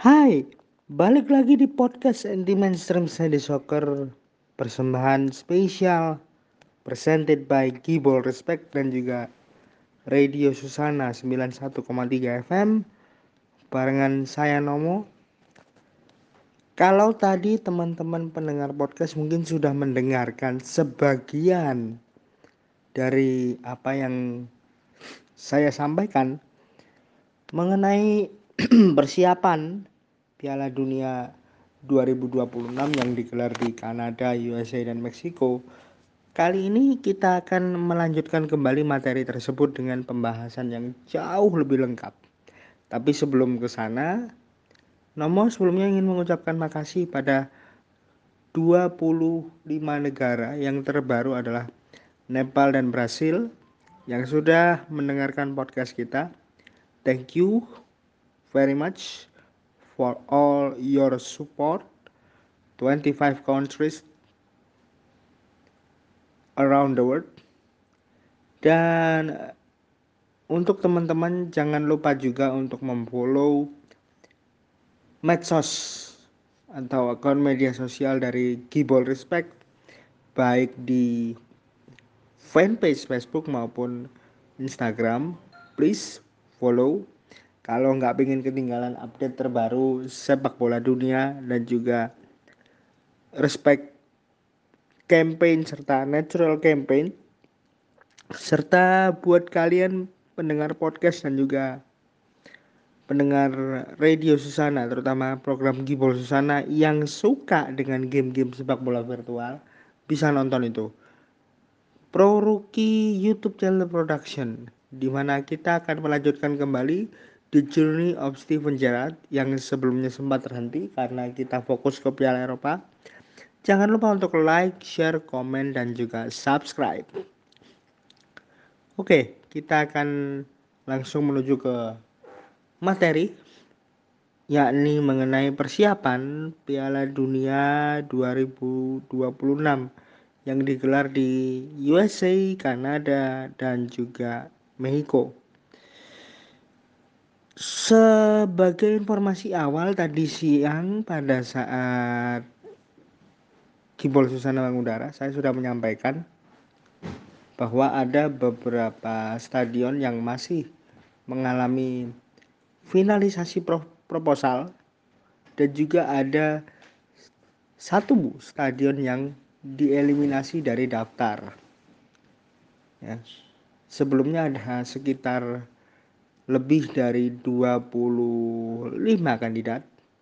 Hai, balik lagi di podcast anti mainstream Sandy Soccer, persembahan spesial presented by Gibol Respect dan juga Radio Susana 91,3 FM barengan saya Nomo. Kalau tadi teman-teman pendengar podcast mungkin sudah mendengarkan sebagian dari apa yang saya sampaikan mengenai persiapan Piala Dunia 2026 yang digelar di Kanada, USA, dan Meksiko. Kali ini kita akan melanjutkan kembali materi tersebut dengan pembahasan yang jauh lebih lengkap. Tapi sebelum ke sana, Nomo sebelumnya ingin mengucapkan makasih pada 25 negara yang terbaru adalah Nepal dan Brasil yang sudah mendengarkan podcast kita. Thank you very much for all your support. 25 countries around the world. Dan untuk teman-teman jangan lupa juga untuk memfollow medsos atau akun media sosial dari Gibol Respect baik di fanpage Facebook maupun Instagram. Please follow kalau nggak pengen ketinggalan update terbaru sepak bola dunia dan juga respect campaign serta natural campaign. Serta buat kalian pendengar podcast dan juga pendengar Radio Susana, terutama program Gibol Susana yang suka dengan game-game sepak bola virtual, bisa nonton itu. Pro Rookie YouTube Channel Production, di mana kita akan melanjutkan kembali The Journey of Steven Gerrard yang sebelumnya sempat terhenti karena kita fokus ke Piala Eropa. Jangan lupa untuk like, share, komen, dan juga subscribe. Oke, kita akan langsung menuju ke materi, yakni mengenai persiapan Piala Dunia 2026 yang digelar di USA, Kanada, dan juga Meksiko. Sebagai informasi awal, tadi siang pada saat Gibol Susana mengudara, saya sudah menyampaikan bahwa ada beberapa stadion yang masih mengalami finalisasi proposal dan juga ada satu stadion yang dieliminasi dari daftar. Ya. Sebelumnya ada sekitar lebih dari 25 kandidat.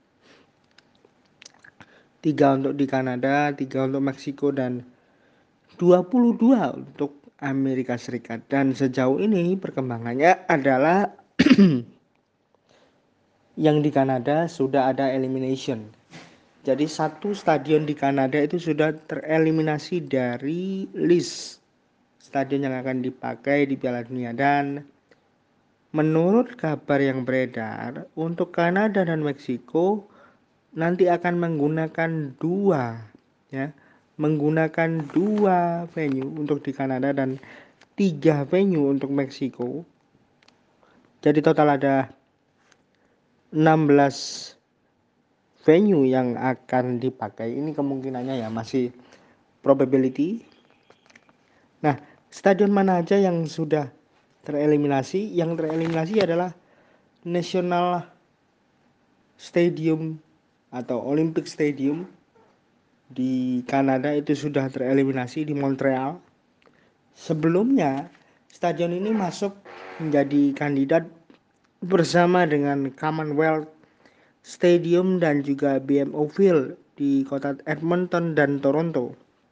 3 untuk di Kanada, 3 untuk Meksiko, dan 22 untuk Amerika Serikat. Dan sejauh ini perkembangannya adalah yang di Kanada sudah ada elimination. Jadi satu stadion di Kanada itu sudah tereliminasi dari list stadion yang akan dipakai di Piala Dunia. Dan menurut kabar yang beredar, untuk Kanada dan Meksiko nanti akan menggunakan dua venue untuk di Kanada dan 3 venue untuk Meksiko. Jadi total ada 16 venue yang akan dipakai. Ini kemungkinannya ya masih probability. Nah, stadion mana aja yang sudah tereliminasi? Yang tereliminasi adalah National Stadium atau Olympic Stadium di Kanada, itu sudah tereliminasi di Montreal. Sebelumnya stadion ini masuk menjadi kandidat bersama dengan Commonwealth Stadium dan juga BMO Field di kota Edmonton dan Toronto.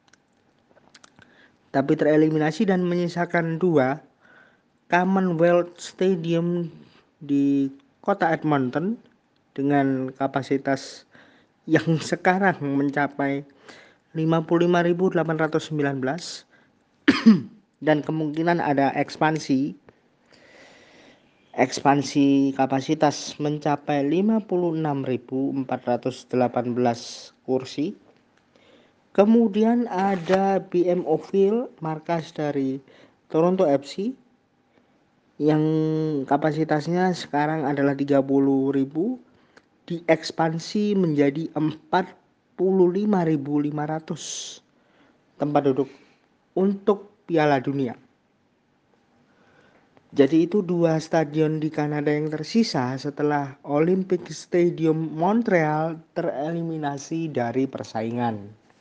Tapi tereliminasi dan menyisakan 2, Commonwealth Stadium di kota Edmonton dengan kapasitas yang sekarang mencapai 55.819 dan kemungkinan ada ekspansi kapasitas mencapai 56.418 kursi. Kemudian ada BMO Field, markas dari Toronto FC, yang kapasitasnya sekarang adalah 30.000 diekspansi menjadi 45.500 tempat duduk untuk Piala Dunia. Jadi itu 2 stadion di Kanada yang tersisa setelah Olympic Stadium Montreal tereliminasi dari persaingan.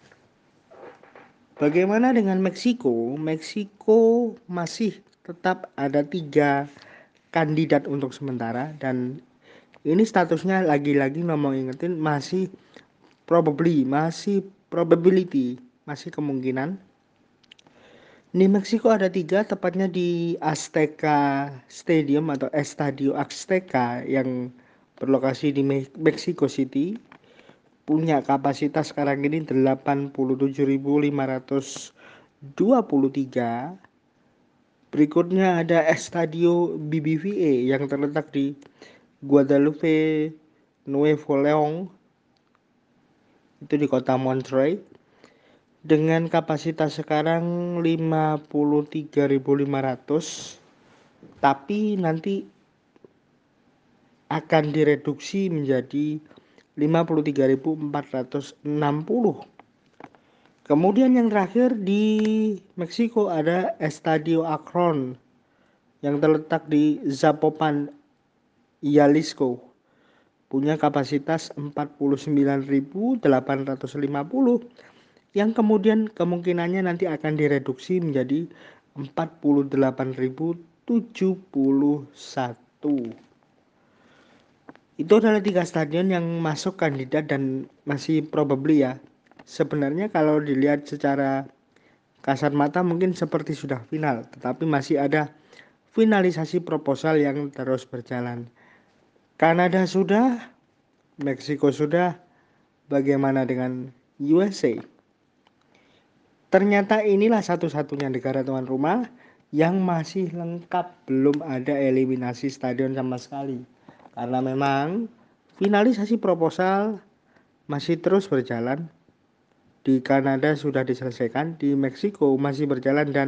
Bagaimana dengan Meksiko? Meksiko masih tetap ada 3 kandidat untuk sementara, dan ini statusnya lagi-lagi mau ingetin masih probability, masih kemungkinan. Di Meksiko ada 3, tepatnya di Azteca Stadium atau Estadio Azteca yang berlokasi di Mexico City. Punya kapasitas sekarang ini 87.523. Berikutnya ada Estadio BBVA yang terletak di Guadalupe, Nuevo León, itu di kota Monterrey, dengan kapasitas sekarang 53.500, tapi nanti akan direduksi menjadi 53.460. Kemudian yang terakhir di Meksiko ada Estadio Akron yang terletak di Zapopan, Jalisco. Punya kapasitas 49.850, yang kemudian kemungkinannya nanti akan direduksi menjadi 48.071. Itu adalah 3 stadion yang masuk kandidat dan masih probably ya. Sebenarnya kalau dilihat secara kasat mata mungkin seperti sudah final, tetapi masih ada finalisasi proposal yang terus berjalan. Kanada sudah, Meksiko sudah, bagaimana dengan USA? Ternyata inilah satu-satunya negara tuan rumah yang masih lengkap, belum ada eliminasi stadion sama sekali. Karena memang finalisasi proposal masih terus berjalan. Di Kanada sudah diselesaikan, di Meksiko masih berjalan, dan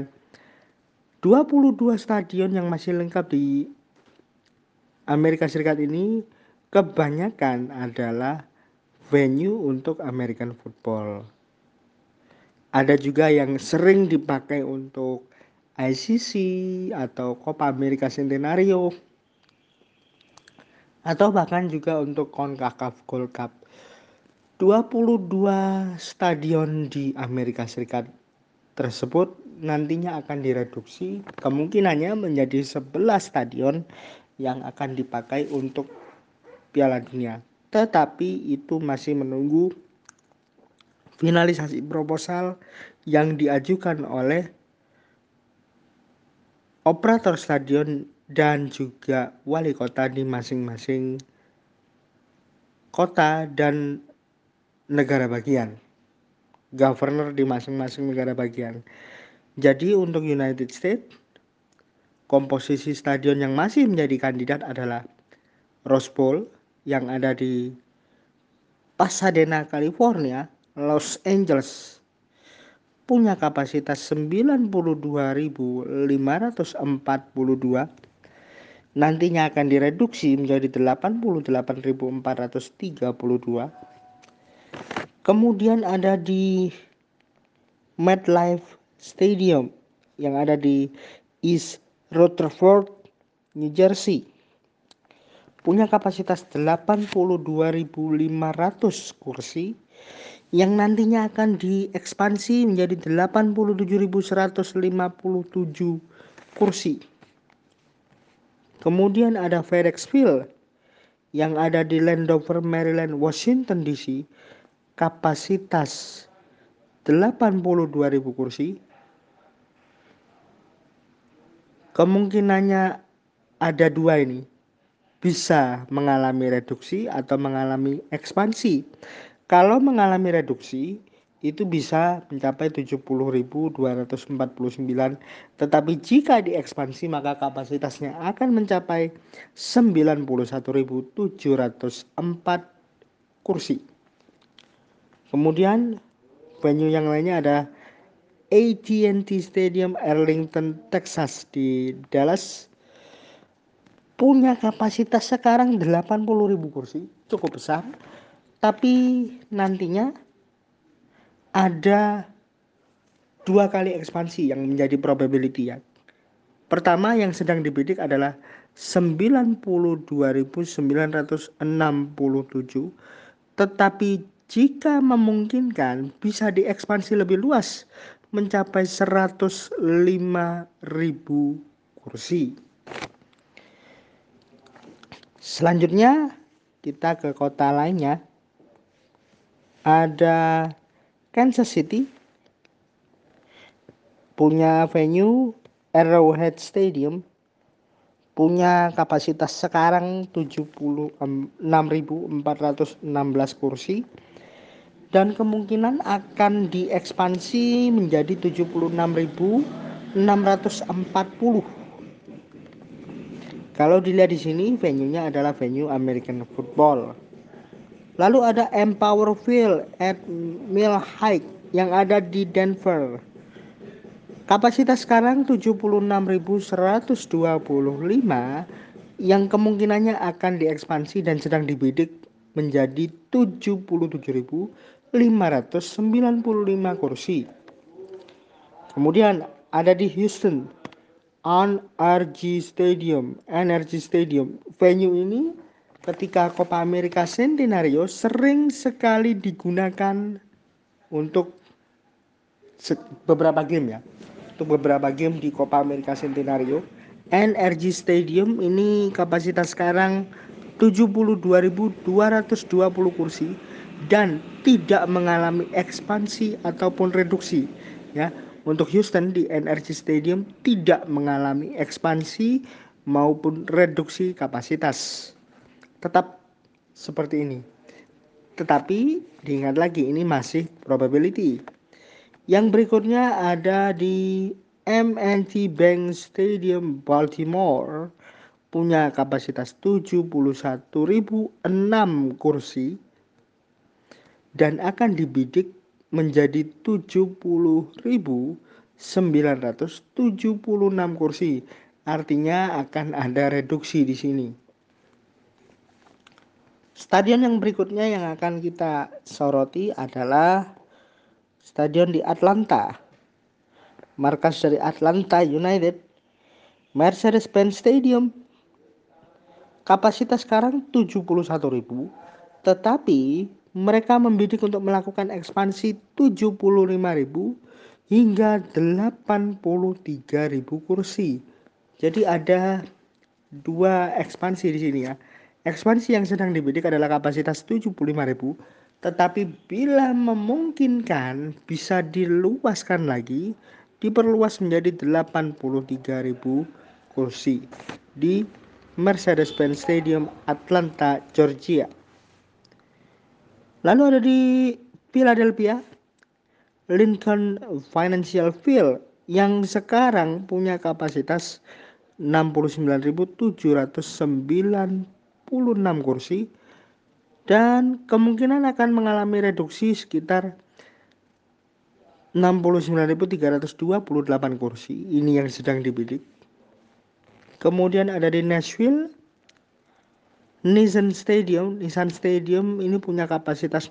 22 stadion yang masih lengkap di Amerika Serikat ini kebanyakan adalah venue untuk American football. Ada juga yang sering dipakai untuk ICC atau Copa America Centenario, atau bahkan juga untuk CONCACAF Gold Cup. 22 stadion di Amerika Serikat tersebut nantinya akan direduksi kemungkinannya menjadi 11 stadion yang akan dipakai untuk Piala Dunia. Tetapi itu masih menunggu finalisasi proposal yang diajukan oleh operator stadion dan juga wali kota di masing-masing kota dan negara bagian, governor di masing-masing negara bagian. Jadi untuk United States, komposisi stadion yang masih menjadi kandidat adalah Rose Bowl yang ada di Pasadena, California, Los Angeles, punya kapasitas 92.542, nantinya akan direduksi menjadi 88.432. Kemudian ada di MetLife Stadium yang ada di East Rutherford, New Jersey, punya kapasitas 82.500 kursi, yang nantinya akan diekspansi menjadi 87.157 kursi. Kemudian ada FedEx Field yang ada di Landover, Maryland, Washington DC, kapasitas 82.000 kursi. Kemungkinannya ada 2 ini, bisa mengalami reduksi atau mengalami ekspansi. Kalau mengalami reduksi itu bisa mencapai 70.249, tetapi jika diekspansi maka kapasitasnya akan mencapai 91.704 kursi. Kemudian venue yang lainnya ada AT&T Stadium Arlington, Texas di Dallas, punya kapasitas sekarang 80.000 kursi, cukup besar, tapi nantinya ada 2 kali ekspansi yang menjadi probability ya. Pertama yang sedang dibidik adalah 92.967, tetapi jika memungkinkan bisa diekspansi lebih luas mencapai 105.000 kursi. Selanjutnya kita ke kota lainnya. Ada Kansas City, punya venue Arrowhead Stadium, punya kapasitas sekarang 76.416 kursi dan kemungkinan akan diekspansi menjadi 76.640. Kalau dilihat di sini venue-nya adalah venue American football. Lalu ada Empower Field at Mile High yang ada di Denver. Kapasitas sekarang 76.125 yang kemungkinannya akan diekspansi dan sedang dibidik menjadi 77.595 kursi. Kemudian ada di Houston, Energy Stadium. Venue ini ketika Copa America Centenario sering sekali digunakan untuk beberapa game ya. Untuk beberapa game di Copa America Centenario. Energy Stadium ini kapasitas sekarang 72.220 kursi dan tidak mengalami ekspansi ataupun reduksi ya. Untuk Houston di Energy Stadium tidak mengalami ekspansi maupun reduksi kapasitas. Tetap seperti ini. Tetapi diingat lagi ini masih probability. Yang berikutnya ada di M&T Bank Stadium Baltimore, punya kapasitas 71.006 kursi dan akan dibidik menjadi 70.976 kursi. Artinya akan ada reduksi di sini. Stadion yang berikutnya yang akan kita soroti adalah stadion di Atlanta. Markas dari Atlanta United, Mercedes-Benz Stadium. Kapasitas sekarang 71.000, tetapi mereka membidik untuk melakukan ekspansi 75.000 hingga 83.000 kursi. Jadi ada 2 ekspansi di sini ya. Ekspansi yang sedang dibidik adalah kapasitas 75.000, tetapi bila memungkinkan bisa diluaskan lagi, diperluas menjadi 83.000 kursi di Mercedes-Benz Stadium Atlanta, Georgia. Lalu ada di Philadelphia, Lincoln Financial Field yang sekarang punya kapasitas 69.796 kursi dan kemungkinan akan mengalami reduksi sekitar 69.328 kursi. Ini yang sedang dibidik. Kemudian ada di Nashville, Nissan Stadium ini punya kapasitas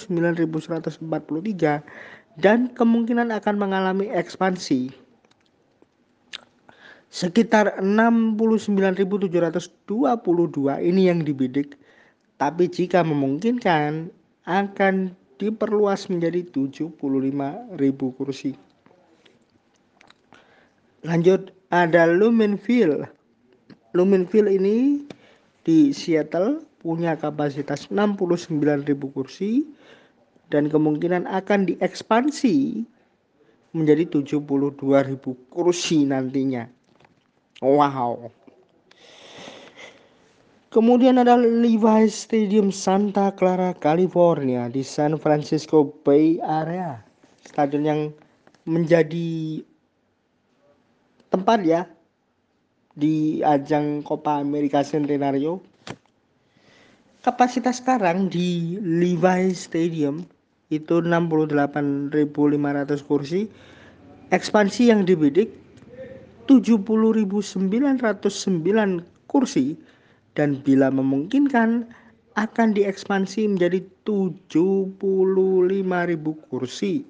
69.143 dan kemungkinan akan mengalami ekspansi sekitar 69.722. Ini yang dibidik. Tapi jika memungkinkan akan diperluas menjadi 75.000 kursi. Lanjut ada Lumen Field. Lumen Field ini di Seattle punya kapasitas 69.000 kursi dan kemungkinan akan diekspansi menjadi 72.000 kursi nantinya. Wow. Kemudian ada Levi's Stadium Santa Clara, California di San Francisco Bay Area. Stadion yang menjadi tempat ya di ajang Copa America Centenario. Kapasitas sekarang di Levi's Stadium itu 68.500 kursi. Ekspansi yang dibidik 70.909 kursi dan bila memungkinkan akan diekspansi menjadi 75.000 kursi.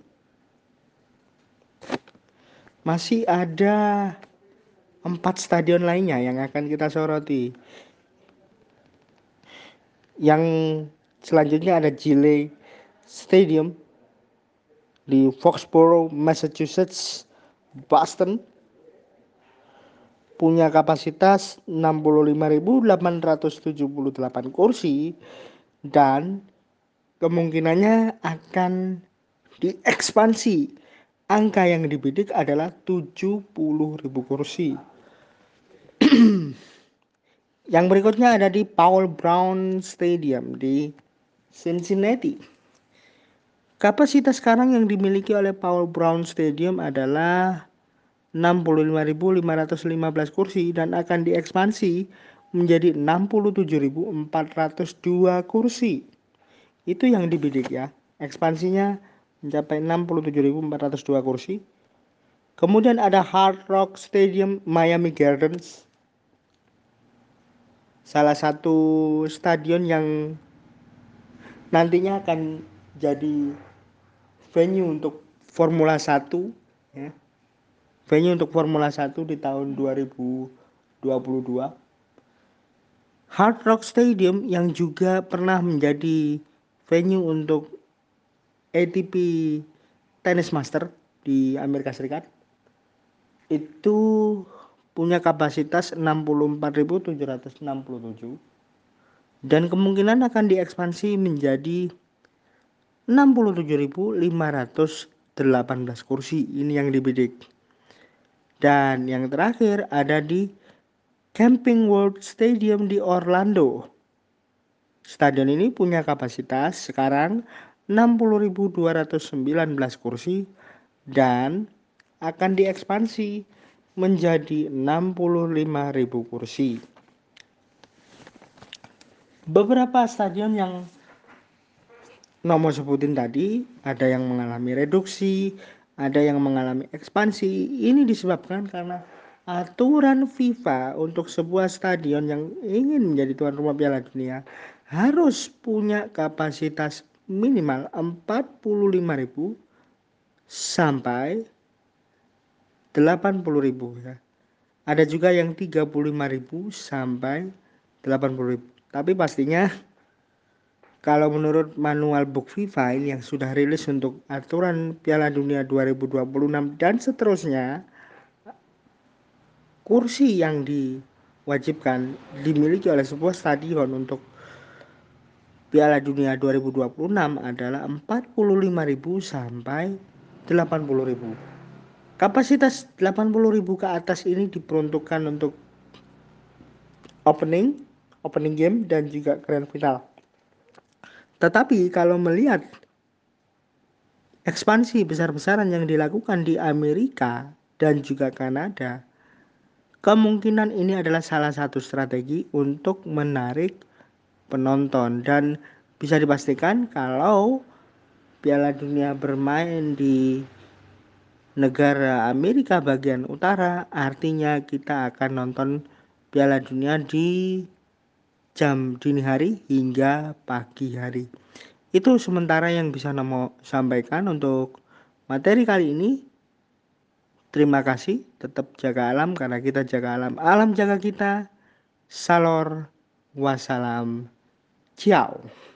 Masih ada 4 stadion lainnya yang akan kita soroti. Yang selanjutnya ada Gillette Stadium di Foxborough, Massachusetts, Boston, punya kapasitas 65.878 kursi dan kemungkinannya akan diekspansi. Angka yang dibidik adalah 70.000 kursi. Yang berikutnya ada di Paul Brown Stadium di Cincinnati. Kapasitas sekarang yang dimiliki oleh Paul Brown Stadium adalah 65.515 kursi dan akan diekspansi menjadi 67.402 kursi. Itu yang dibidik ya. Ekspansinya mencapai 67.402 kursi. Kemudian ada Hard Rock Stadium Miami Gardens. Salah satu stadion yang nantinya akan jadi venue untuk Formula 1 ya. Venue untuk Formula 1 di tahun 2022. Hard Rock Stadium yang juga pernah menjadi venue untuk ATP Tennis Master di Amerika Serikat itu punya kapasitas 64.767 dan kemungkinan akan diekspansi menjadi 67.518 kursi. Ini yang dibidik. Dan yang terakhir ada di Camping World Stadium di Orlando. Stadion ini punya kapasitas sekarang 60.219 kursi dan akan diekspansi menjadi 65.000 kursi. Beberapa stadion yang nomor sebutin tadi, ada yang mengalami reduksi, ada yang mengalami ekspansi. Ini disebabkan karena aturan FIFA untuk sebuah stadion yang ingin menjadi tuan rumah Piala Dunia harus punya kapasitas minimal 45.000 sampai 80.000 ya. Ada juga yang 35.000 sampai 80.000. Tapi pastinya kalau menurut manual book FIFA ini yang sudah rilis untuk aturan Piala Dunia 2026 dan seterusnya, kursi yang diwajibkan dimiliki oleh sebuah stadion untuk Piala Dunia 2026 adalah 45.000 sampai 80.000. Kapasitas 80.000 ke atas ini diperuntukkan untuk opening game dan juga grand final. Tetapi kalau melihat ekspansi besar-besaran yang dilakukan di Amerika dan juga Kanada, kemungkinan ini adalah salah satu strategi untuk menarik penonton dan bisa dipastikan kalau Piala Dunia bermain di negara Amerika bagian utara, artinya kita akan nonton Piala Dunia di jam dini hari hingga pagi hari. Itu sementara yang bisa Nomo sampaikan untuk materi kali ini. Terima kasih, tetap jaga alam karena kita jaga alam. Alam jaga kita. Salor, wassalam, ciao.